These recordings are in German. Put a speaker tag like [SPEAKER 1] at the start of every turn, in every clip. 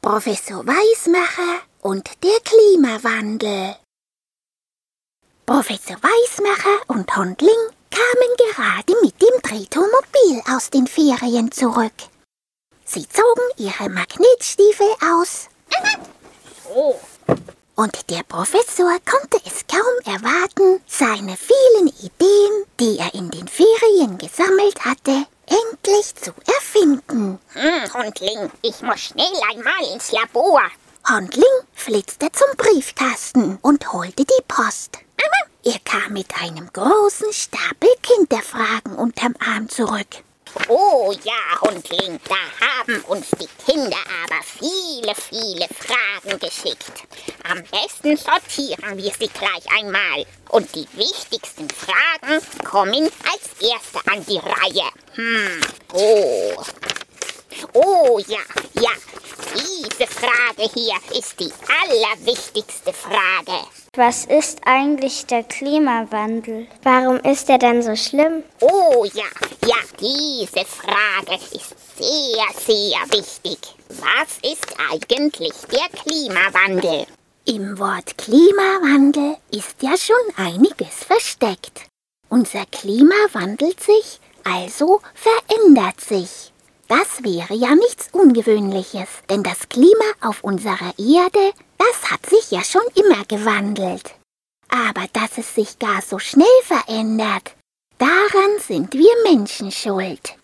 [SPEAKER 1] Professor Weismacher und der Klimawandel. Professor Weismacher und Hundling kamen gerade mit dem Drehtomobil aus den Ferien zurück. Sie zogen ihre Magnetstiefel aus.
[SPEAKER 2] Oh.
[SPEAKER 1] Und der Professor konnte es kaum erwarten, seine vielen Ideen, die er in den Ferien gesammelt hatte, endlich zu erfinden.
[SPEAKER 2] Hundling, ich muss schnell einmal ins Labor.
[SPEAKER 1] Hundling flitzte zum Briefkasten und holte die Post. Er kam mit einem großen Stapel Kinderfragen unterm Arm zurück.
[SPEAKER 2] Oh ja, Hundling, da haben uns die Kinder aber viele Fragen geschickt. Am besten sortieren wir sie gleich einmal. Und die wichtigsten Fragen kommen als erste an die Reihe. Oh ja, diese Frage hier ist die allerwichtigste Frage.
[SPEAKER 3] Was ist eigentlich der Klimawandel? Warum ist er denn so schlimm?
[SPEAKER 2] Oh ja, diese Frage ist sehr wichtig. Was ist eigentlich der Klimawandel?
[SPEAKER 1] Im Wort Klimawandel ist ja schon einiges versteckt. Unser Klima wandelt sich, also verändert sich. Das wäre ja nichts Ungewöhnliches, denn das Klima auf unserer Erde, das hat sich ja schon immer gewandelt. Aber dass es sich gar so schnell verändert, daran sind wir Menschen schuld.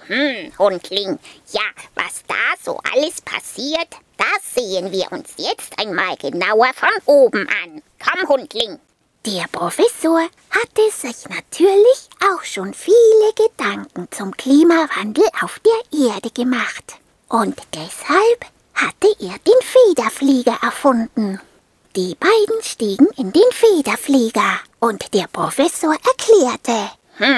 [SPEAKER 2] Hundling, ja, was da so alles passiert, das sehen wir uns jetzt einmal genauer von oben an. Komm, Hundling.
[SPEAKER 1] Der Professor hatte sich natürlich auch schon viele Gedanken zum Klimawandel auf der Erde gemacht. Und deshalb hatte er den Federflieger erfunden. Die beiden stiegen in den Federflieger und der Professor erklärte: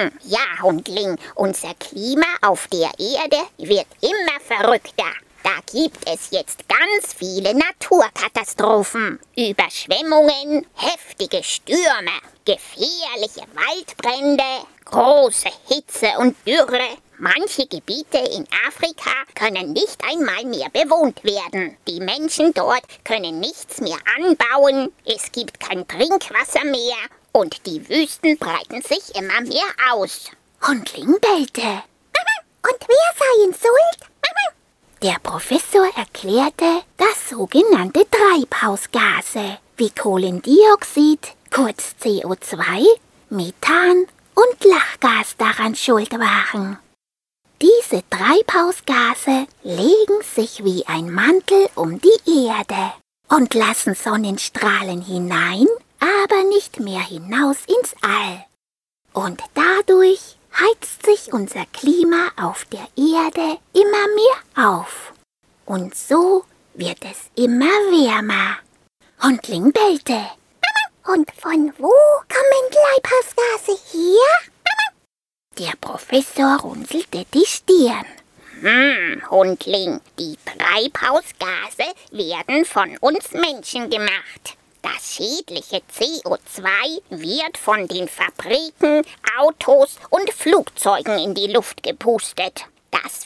[SPEAKER 2] Ja, Hundling, unser Klima auf der Erde wird immer verrückter. Da gibt es jetzt ganz viele Naturkatastrophen, Überschwemmungen, heftige Stürme, gefährliche Waldbrände, große Hitze und Dürre. Manche Gebiete in Afrika können nicht einmal mehr bewohnt werden. Die Menschen dort können nichts mehr anbauen, es gibt kein Trinkwasser mehr und die Wüsten breiten sich immer mehr aus.
[SPEAKER 1] Hundling bellte.
[SPEAKER 3] Und wer sei in Schuld?
[SPEAKER 1] Der Professor erklärte, dass sogenannte Treibhausgase wie Kohlendioxid, kurz CO2, Methan und Lachgas daran schuld waren. Diese Treibhausgase legen sich wie ein Mantel um die Erde und lassen Sonnenstrahlen hinein, aber nicht mehr hinaus ins All. Und dadurch heizt sich unser Klima auf der Erde immer mehr auf. Und so wird es immer wärmer. Hundling bellte.
[SPEAKER 3] Und von wo kommen Treibhausgase her?
[SPEAKER 1] Der Professor runzelte die Stirn.
[SPEAKER 2] Hundling, die Treibhausgase werden von uns Menschen gemacht. Das schädliche CO2 wird von den Fabriken, Autos und Flugzeugen in die Luft gepustet. Das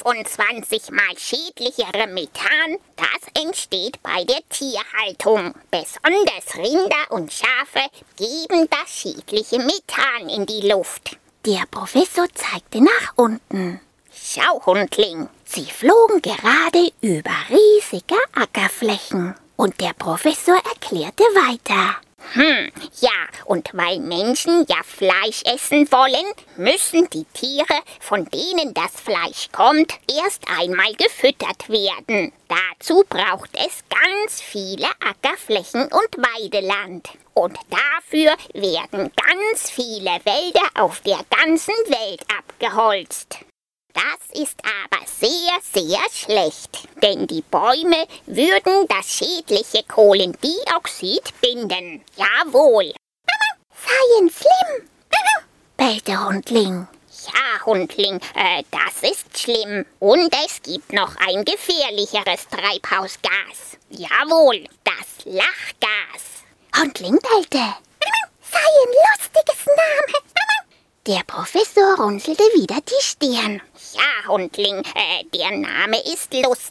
[SPEAKER 2] 25-mal schädlichere Methan, das entsteht bei der Tierhaltung. Besonders Rinder und Schafe geben das schädliche Methan in die Luft.
[SPEAKER 1] Der Professor zeigte nach unten.
[SPEAKER 2] Schau, Hundling.
[SPEAKER 1] Sie flogen gerade über riesige Ackerflächen. Und der Professor erklärte weiter.
[SPEAKER 2] Ja, und weil Menschen ja Fleisch essen wollen, müssen die Tiere, von denen das Fleisch kommt, erst einmal gefüttert werden. Dazu braucht es ganz viele Ackerflächen und Weideland. Und dafür werden ganz viele Wälder auf der ganzen Welt abgeholzt. Das ist aber sehr schlecht, denn die Bäume würden das schädliche Kohlendioxid binden. Jawohl.
[SPEAKER 3] Seien schlimm.
[SPEAKER 1] Bellte Hundling.
[SPEAKER 2] Ja, Hundling, das ist schlimm. Und es gibt noch ein gefährlicheres Treibhausgas. Jawohl, das Lachgas.
[SPEAKER 1] Hundling bellte.
[SPEAKER 3] Sei ein lustiges Name.
[SPEAKER 1] Der Professor runzelte wieder die Stirn.
[SPEAKER 2] Ja, Hundling, der Name ist lustig.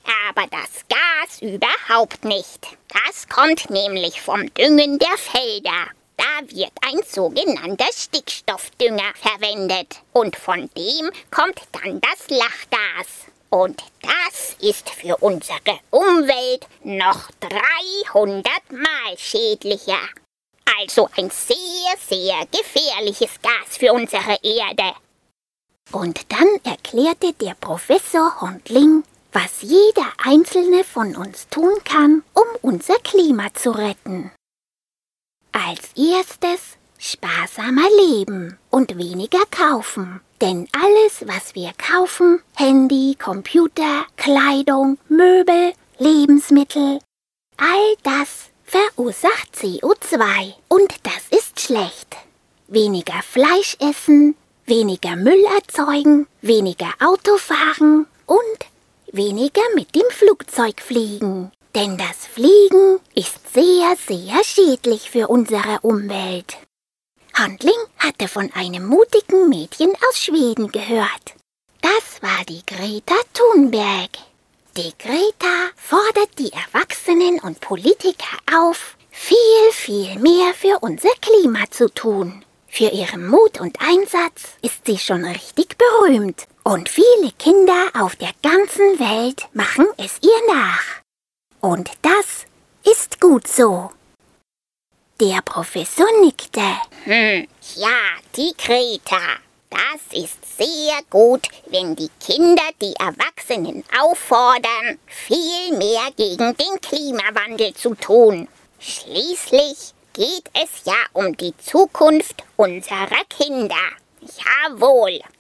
[SPEAKER 2] aber das Gas überhaupt nicht. Das kommt nämlich vom Düngen der Felder. Da wird ein sogenannter Stickstoffdünger verwendet. Und von dem kommt dann das Lachgas. Und das ist für unsere Umwelt noch 300 Mal schädlicher. Also ein sehr, sehr gefährliches Gas für unsere Erde.
[SPEAKER 1] Und dann erklärte der Professor Hundling, was jeder einzelne von uns tun kann, um unser Klima zu retten. Als erstes sparsamer leben und weniger kaufen. Denn alles, was wir kaufen, Handy, Computer, Kleidung, Möbel, Lebensmittel, all das verursacht CO2 und das ist schlecht. Weniger Fleisch essen, weniger Müll erzeugen, weniger Auto fahren und weniger mit dem Flugzeug fliegen. Denn das Fliegen ist sehr, sehr schädlich für unsere Umwelt. Hundling hatte von einem mutigen Mädchen aus Schweden gehört. Das war die Greta Thunberg. Die Greta fordert die Erwachsenen und Politiker auf, viel, viel mehr für unser Klima zu tun. Für ihren Mut und Einsatz ist sie schon richtig berühmt. Und viele Kinder auf der ganzen Welt machen es ihr nach. Und das ist gut so. Der Professor nickte.
[SPEAKER 2] Ja, die Greta. Das ist sehr gut, wenn die Kinder die Erwachsenen auffordern, viel mehr gegen den Klimawandel zu tun. Schließlich geht es ja um die Zukunft unserer Kinder. Jawohl.